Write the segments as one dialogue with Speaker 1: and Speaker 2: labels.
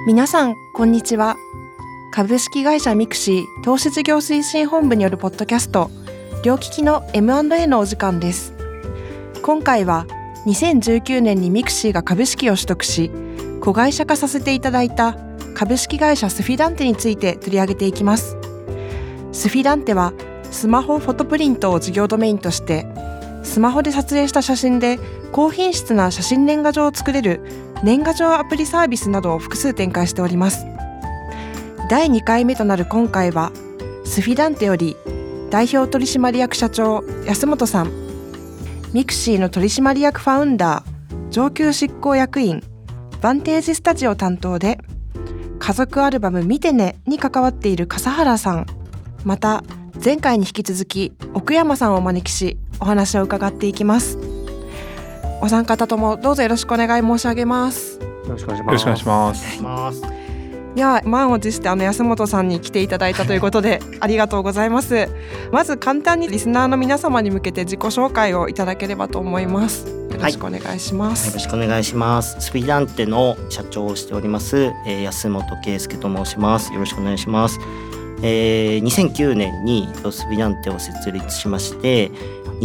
Speaker 1: 皆さんこんにちは。株式会社ミクシー投資事業推進本部によるポッドキャスト両利きの M&A のお時間です。今回は2019年にミクシーが株式を取得し子会社化させていただいた株式会社スフィダンテについて取り上げていきます。スフィダンテはスマホフォトプリントを事業ドメインとしてスマホで撮影した写真で高品質な写真年賀状を作れる年賀状アプリサービスなどを複数展開しております。第2回目となる今回はスフィダンテより代表取締役社長安本さん、ミクシーの取締役ファウンダー上級執行役員バンテージスタジオ担当で家族アルバム見てねに関わっている笠原さん、また前回に引き続き奥山さんをお招きしお話を伺っていきます。お三方ともどうぞよろしくお願い申し上げます。
Speaker 2: よろしくお願いします。
Speaker 1: では満を持して安本さんに来ていただいたということでありがとうございます。まず簡単にリスナーの皆様に向けて自己紹介をいただければと思います。よろしくお願いします。
Speaker 3: よろしくお願いします。スフィダンテの社長をしております、安本圭介と申します。よろしくお願いします。2009年にスフィダンテを設立しまして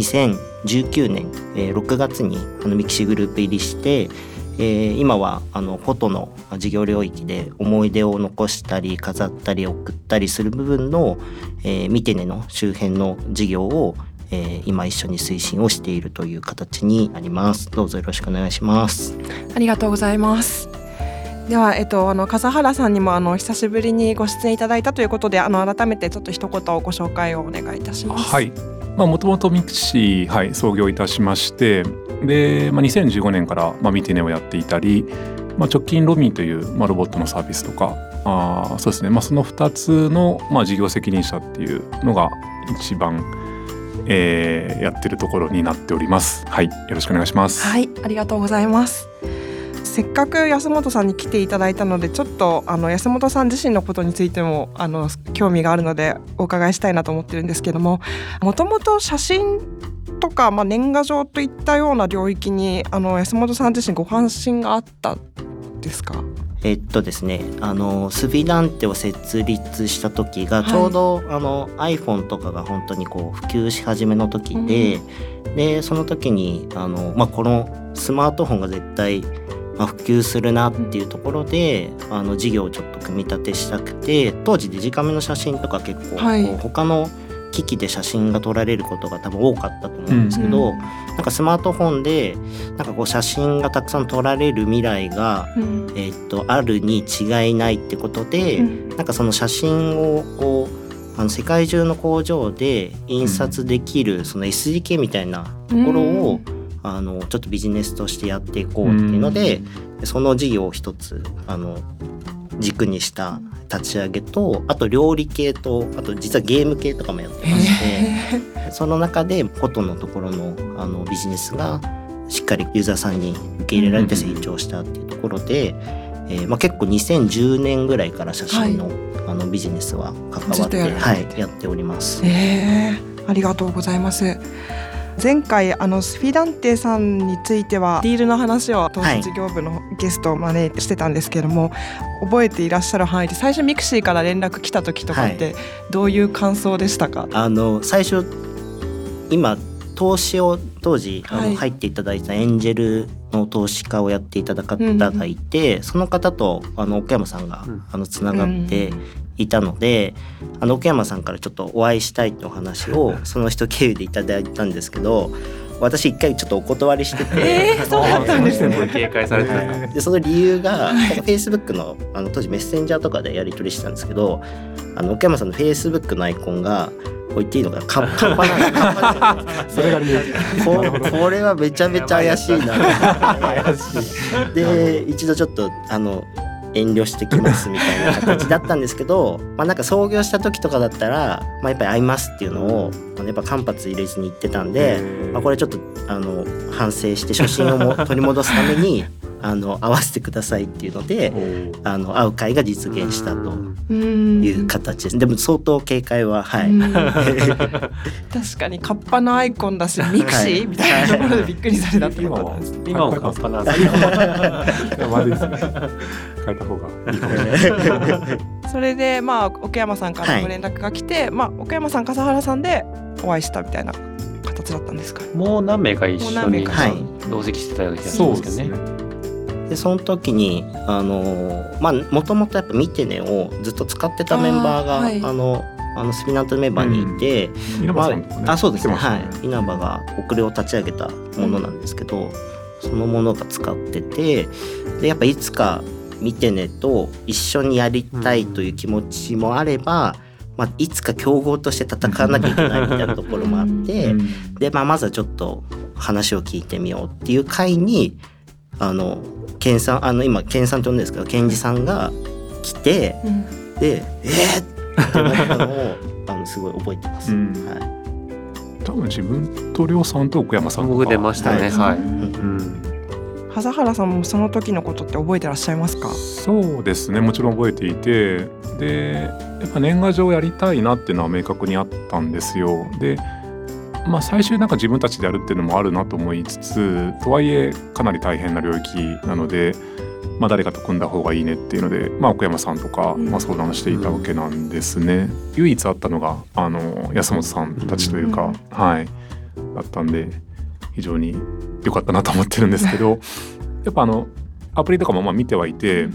Speaker 3: 2019年、6月にミクシーグループ入りして、今はフォトの事業領域で思い出を残したり飾ったり送ったりする部分の、ミテネの周辺の事業を、今一緒に推進をしているという形になります。どうぞよろしくお願いします。
Speaker 1: ありがとうございます。では、笠原さんにも久しぶりにご出演いただいたということで改めてちょっと一言ご紹介をお願いいたします。
Speaker 2: はい、もともとミクシー、創業いたしましてで、2015年から、ミテネをやっていたり、直近ロミーという、ロボットのサービスとかそうですね、その2つの、事業責任者っていうのが一番、やってるところになっております。はい、よろしくお願いします。
Speaker 1: はい、ありがとうございます。せっかく安本さんに来ていただいたのでちょっと安本さん自身のことについても興味があるのでお伺いしたいなと思ってるんですけども、もともと写真とか、年賀状といったような領域に安本さん自身ご関心があったんですか？
Speaker 3: ですね、スフィダンテを設立した時がちょうど、iPhone とかが本当に普及し始めの時で、でその時にこのスマートフォンが絶対普及するなっていうところで事業をちょっと組み立てしたくて、当時デジカメの写真とか結構、他の機器で写真が撮られることが多分多かったと思うんですけど、なんかスマートフォンで写真がたくさん撮られる未来が、あるに違いないってことで、その写真を世界中の工場で印刷できるその SDK みたいなところを、ちょっとビジネスとしてやっていこうっていうので、その事業を一つ軸にした立ち上げと、あと料理系と、あと実はゲーム系とかもやってまして、その中でフォトのところのビジネスがしっかりユーザーさんに受け入れられて成長したっていうところで、結構2010年ぐらいから写真の、ビジネスは関わってやっております。
Speaker 1: ありがとうございます。前回スフィダンテさんについてはディールの話を投資事業部のゲストを招いてしてたんですけども、覚えていらっしゃる範囲で最初ミクシーから連絡来た時とかってどういう感想でしたか？
Speaker 3: 最初今投資を当時入っていただいたエンジェルの投資家をやっていただく方がいて、その方と奥山さんがつながっていたので、奥山さんからちょっとお会いしたいってお話をその人経由でいただいたんですけど、私一回ちょっとお断りしてて、
Speaker 1: そうだったんですね。
Speaker 2: 警戒されてた。
Speaker 3: でその理由がFacebook の当時メッセンジャーとかでやり取りしてたんですけど、奥山さんの Facebook のアイコンがこう言っていいのかな、カッパなんです
Speaker 2: それが理由。
Speaker 3: これはめちゃめちゃ怪しいなで一度ちょっと遠慮してきますみたいな形だったんですけど創業した時とかだったら、やっぱり会いますっていうのをやっぱ間髪入れずに言ってたんで、これちょっと反省して初心を取り戻すために会わせてくださいっていうので会う会が実現したという形です。でも相当警戒ははい
Speaker 1: 確かにカッパのアイコンだしミクシーみたいなところでびっくりされたってことなんですね。
Speaker 4: 今もカッパなんですよ。
Speaker 2: まずいですね。変えた方がいいかもしれない。
Speaker 1: それで奥山さんからご連絡が来て、奥山さん笠原さんでお会いしたみたいな形だったんですか。
Speaker 4: もう何名か一緒に
Speaker 3: はい
Speaker 4: 同席してたような気がするんですけどね。
Speaker 3: でその時にもともとやっぱミテネをずっと使ってたメンバーが
Speaker 1: はい、
Speaker 3: スピナントメンバーにいて、
Speaker 2: 稲葉さんとかね
Speaker 3: そうですね、
Speaker 2: 来てましたね
Speaker 3: はい、稲葉が遅れを立ち上げたものなんですけど、そのものが使ってて、でやっぱいつかミテネと一緒にやりたいという気持ちもあれば、いつか競合として戦わなきゃいけないみたいなところもあってで、まずはちょっと話を聞いてみようっていう会にケンさん今ケンさんと呼んでるんですけどケンジさんが来て、でって思ったのをすごい覚えてます、はい、
Speaker 2: 多分自分と亮さんと奥山さんとか
Speaker 4: 僕出ましたね。はい。
Speaker 1: 笠原さんもその時のことって覚えてらっしゃいますか。
Speaker 2: そうですね、もちろん覚えていて、でやっぱ年賀状やりたいなっていうのは明確にあったんですよ。で最終自分たちでやるっていうのもあるなと思いつつ、とはいえかなり大変な領域なので、誰かと組んだ方がいいねっていうので、奥山さんとか、相談していたわけなんですね。唯一あったのが安本さんたちというか、はい、だったんで非常に良かったなと思ってるんですけどやっぱアプリとかも見てはいて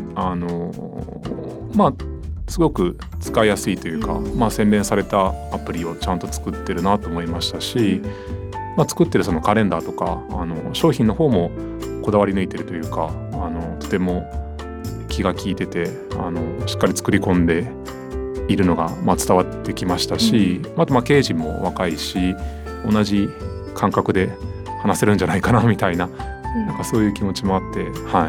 Speaker 2: すごく使いやすいというか、洗練されたアプリをちゃんと作ってるなと思いましたし、作ってるそのカレンダーとか商品の方もこだわり抜いてるというかとても気が利いててしっかり作り込んでいるのが伝わってきましたし、あと経営陣も若いし同じ感覚で話せるんじゃないかなみたいな、そういう気持ちもあって、はい、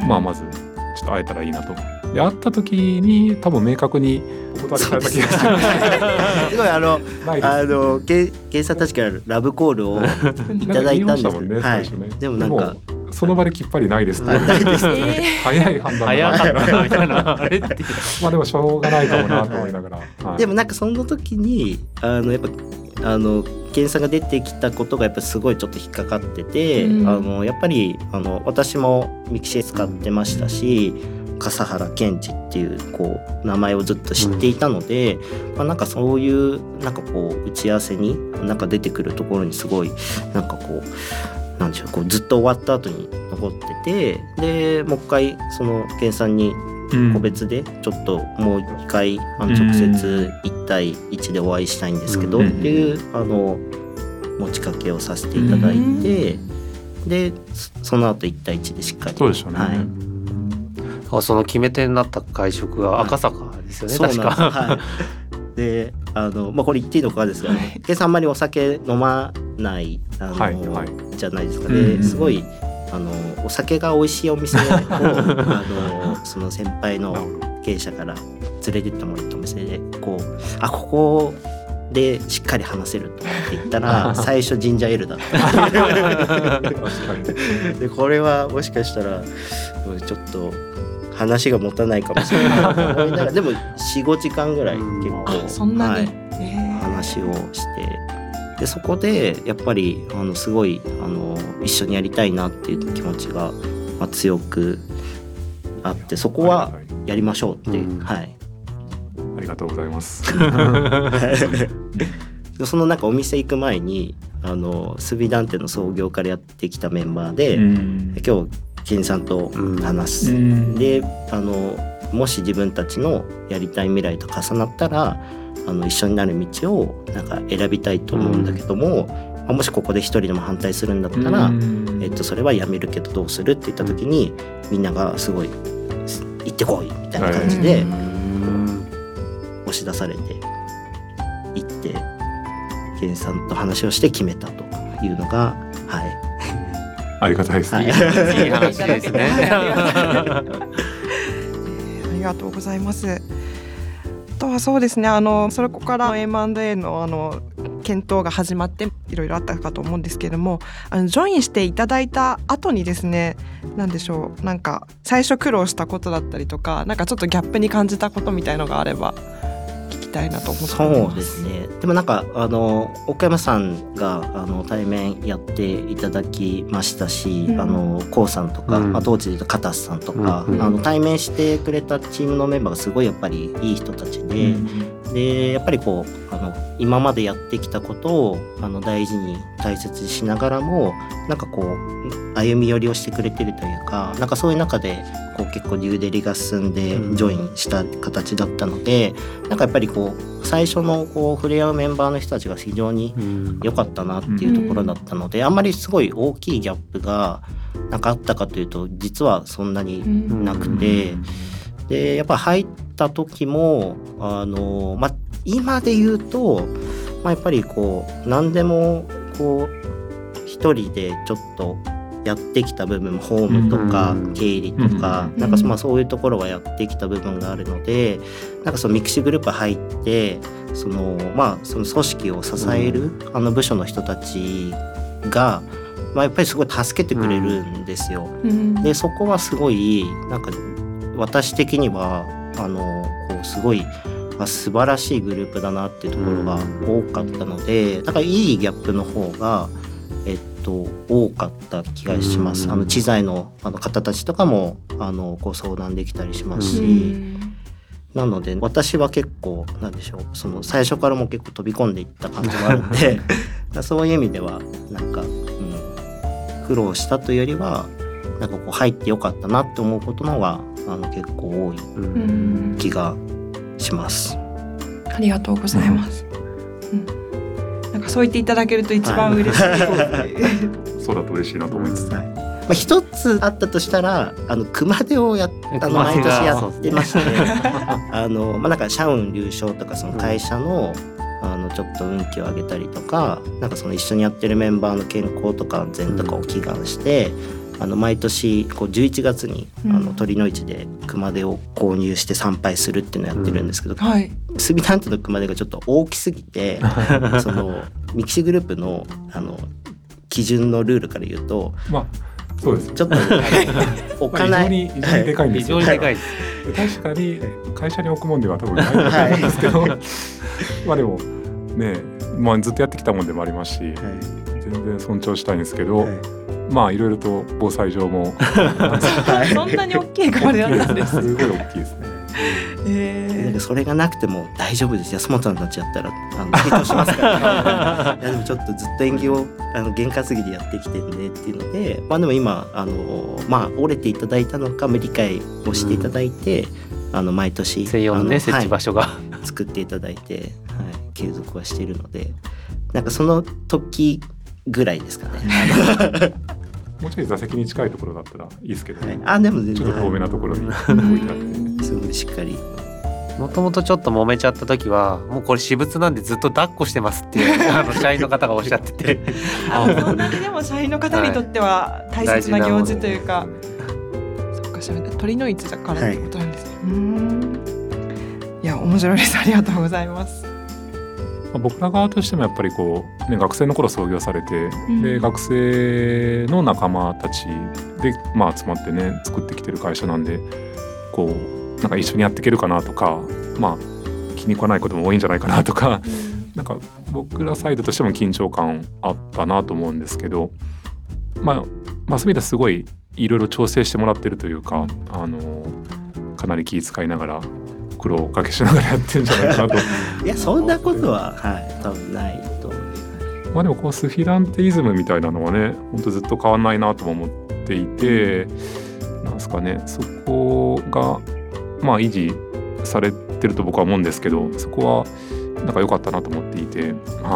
Speaker 2: まずちょっと会えたらいいなと。で会った時に多分明確にお断りされた気がする
Speaker 3: すごいケンさんたちからラブコールをいただいたんですけど、はい、でも
Speaker 2: その場できっぱりないですね。早い判断
Speaker 4: 早かったみたいなあれって
Speaker 2: でもしょうがないかもなと思いながら、はい、
Speaker 3: でもその時にやっぱケンさんが出てきたことがやっぱすごいちょっと引っかかってて、やっぱり私もミクシー使ってましたし、笠原健二っていう名前をずっと知っていたので、そういう打ち合わせに出てくるところにすごいなんでしょう、ずっと終わった後に残ってて、でもう一回そのケンさんに個別でちょっともう一回直接1対1でお会いしたいんですけどっていう持ちかけをさせていただいて、でその後1対1でしっかり。
Speaker 2: そうでしょうね、
Speaker 3: はい
Speaker 4: その決め手になった会食が赤坂ですよね、確か。
Speaker 3: はい、でこれ言っていいのかですがね、ケンさんあんまりお酒飲まないじゃないですかね、すごいお酒が美味しいお店をその先輩の経営者から連れてってもらったお店でここでしっかり話せると思って言ったら最初ジンジャーエールだったでこれはもしかしたらちょっと話が持たないかもしれないと思いながらでも 4,5 時間ぐらい結構
Speaker 1: そんなに、
Speaker 3: 話をしてでそこでやっぱりすごい一緒にやりたいなっていう気持ちが、強くあってそこはやりましょうって、はい、
Speaker 2: ありがとうございます
Speaker 3: そのお店行く前にスビダンテの創業からやってきたメンバーで、今日ケンさんと話す、でもし自分たちのやりたい未来と重なったら一緒になる道を選びたいと思うんだけども、もしここで一人でも反対するんだったら、それはやめるけどどうするって言った時にみんながすごい行ってこいみたいな感じで押し出されて行ってケンさんと話をして決めたというのが、はい、
Speaker 2: ありがたいですね、
Speaker 4: いい話ですね
Speaker 1: ありがとうございます。あとはそうですね、それから M&A の検討が始まっていろいろあったかと思うんですけれども、ジョインしていただいた後にですね、なんでしょう、なんか最初苦労したことだったりとか、なんかちょっとギャップに感じたことみたいのがあれば聞きたいなと思っております。
Speaker 3: そうですね。でもなんか岡山さんが対面やっていただきましたし、こうさんとか、当時で言うと片瀬さんとか、対面してくれたチームのメンバーがすごいやっぱりいい人たちで、でやっぱりこう今までやってきたことを大事に大切にしながらも、なんかこう歩み寄りをしてくれてるというか、なんかそういう中でこう結構ニューデリが進んでジョインした形だったので、なんかやっぱりこう最初のこう触れ合うメンバーの人たちが非常に良かったなっていうところだったので、あんまりすごい大きいギャップがなんかあったかというと実はそんなになくて、でやっぱ入った時も今で言うと、やっぱりこう何でもこう一人でちょっとやってきた部分もホームとか経理とか、なんかそういうところはやってきた部分があるので、なんかそのミクシーグループ入ってその組織を支える部署の人たちが、やっぱりすごい助けてくれるんですよ。でそこはすごいなんか私的にはこうすごい素晴らしいグループだなっていうところが多かったので、だからいいギャップの方が多かった気がします。知財の方たちとかもこう相談できたりしますし、なので私は結構なんでしょう、その最初からも結構飛び込んでいった感じがあるのでそういう意味ではなんか、苦労したというよりはなんかこう入ってよかったなって思うことの方が結構多い気がします。
Speaker 1: ありがとうございます。なんかそう言っていただけると一番嬉しい。
Speaker 2: そうだと嬉しいなと思いつつ、
Speaker 3: 一つあったとしたら熊手を毎年やってましてなんか社運流昇とかその会社のちょっと運気を上げたりとか、なんかその一緒にやってるメンバーの健康とか安全とかを祈願して、毎年こう11月に鳥の市で熊手を購入して参拝するっていうのをやってるんですけど、スビタントの熊手がちょっと大きすぎてそのミキシグループの基準のルールから言うと、
Speaker 2: そうです
Speaker 3: ちょっと置かない
Speaker 2: 非常にでかいんですよ。
Speaker 4: 非常にでかいです。
Speaker 2: 確かに会社に置くもんでは多分ないと思うんですけどでもね、ずっとやってきたもんでもありますし、全然尊重したいんですけど、いろいろと防災上も
Speaker 1: そんなに大きい熊手だったんです。
Speaker 2: すごい大きいですね。
Speaker 3: なんかそれがなくても大丈夫です。安本さんたちやったら成長しますからね。いやでもちょっとずっと演技を験担ぎでやってきてるねっていうので、でも今折れていただいたのか無理解をしていただいて、毎年
Speaker 4: 専用のね設置場所が
Speaker 3: 作っていただいて、継続はしているので、なんかその時ぐらいですかね。
Speaker 2: もうちょい座席に近いところだったらいいですけどね。
Speaker 3: でも全然
Speaker 2: ちょっと遠めなところに置いてあって
Speaker 3: すごいしっかり。
Speaker 4: もともとちょっと揉めちゃった時はもうこれ私物なんでずっと抱っこしてますって社員の方がおっしゃってて
Speaker 1: そんなにでも社員の方にとっては大切な行事というか、そっか、鳥の市だからってことなんですね。いや面白いです。ありがとうございます。
Speaker 2: 僕ら側としてもやっぱりこう、学生の頃創業されて、で学生の仲間たちで、集まってね作ってきてる会社なんで、こうなんか一緒にやっていけるかなとか、気に食わないことも多いんじゃないかなとか、なんか僕らサイドとしても緊張感あったなと思うんですけど、そういう意味ではすごいいろいろ調整してもらってるというか、かなり気遣いながら苦労をかけしながらやってるんじゃないかなと
Speaker 3: いやそんなことは多分ないと思う。
Speaker 2: でもこうスフィランテイズムみたいなのはね、本当ずっと変わんないなとも思っていて、なんですかね、そこが維持されてると僕は思うんですけど、そこはなんか良かったなと思っていて、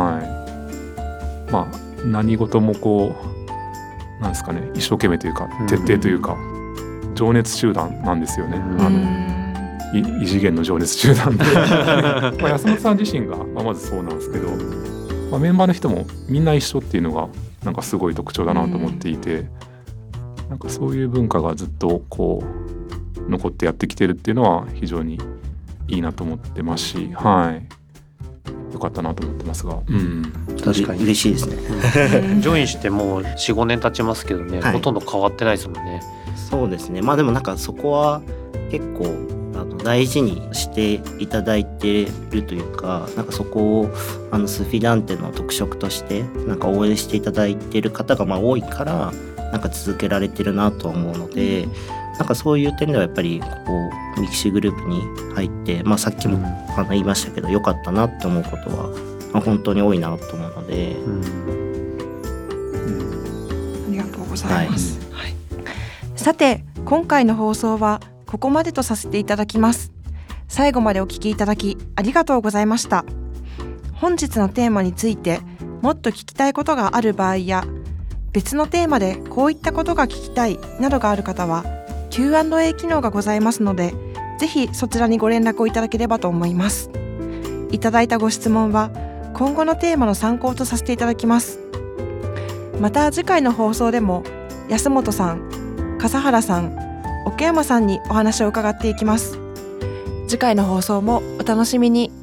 Speaker 2: 何事もこうなんですかね、一生懸命というか徹底というか、情熱集団なんですよね。異次元の情熱集団で安本さん自身が、まずそうなんですけど、メンバーの人もみんな一緒っていうのがなんかすごい特徴だなと思っていて、なんかそういう文化がずっとこう残ってやってきてるっていうのは非常にいいなと思ってますし、 よかったなと思ってますが、
Speaker 4: 確かに
Speaker 3: 嬉しいですね。
Speaker 4: ジョインしてもう 4,5 年経ちますけどね、ほとんど変わってないですもんね。
Speaker 3: そうですね。まあでもなんかそこは結構大事にしていただいているというか、なんかそこをスフィダンテの特色としてなんか応援していただいている方が多いからなんか続けられてるなとは思うので、なんかそういう点ではやっぱりミクシーグループに入って、さっきも言いましたけど良かったなって思うことは、本当に多いなと思うので、
Speaker 1: ありがとうございます、さて今回の放送はここまでとさせていただきます。最後までお聞きいただきありがとうございました。本日のテーマについてもっと聞きたいことがある場合や、別のテーマでこういったことが聞きたいなどがある方は Q&A 機能がございますので、ぜひそちらにご連絡をいただければと思います。いただいたご質問は今後のテーマの参考とさせていただきます。また次回の放送でも安本さん、笠原さん、奥山さんにお話を伺っていきます。次回の放送もお楽しみに。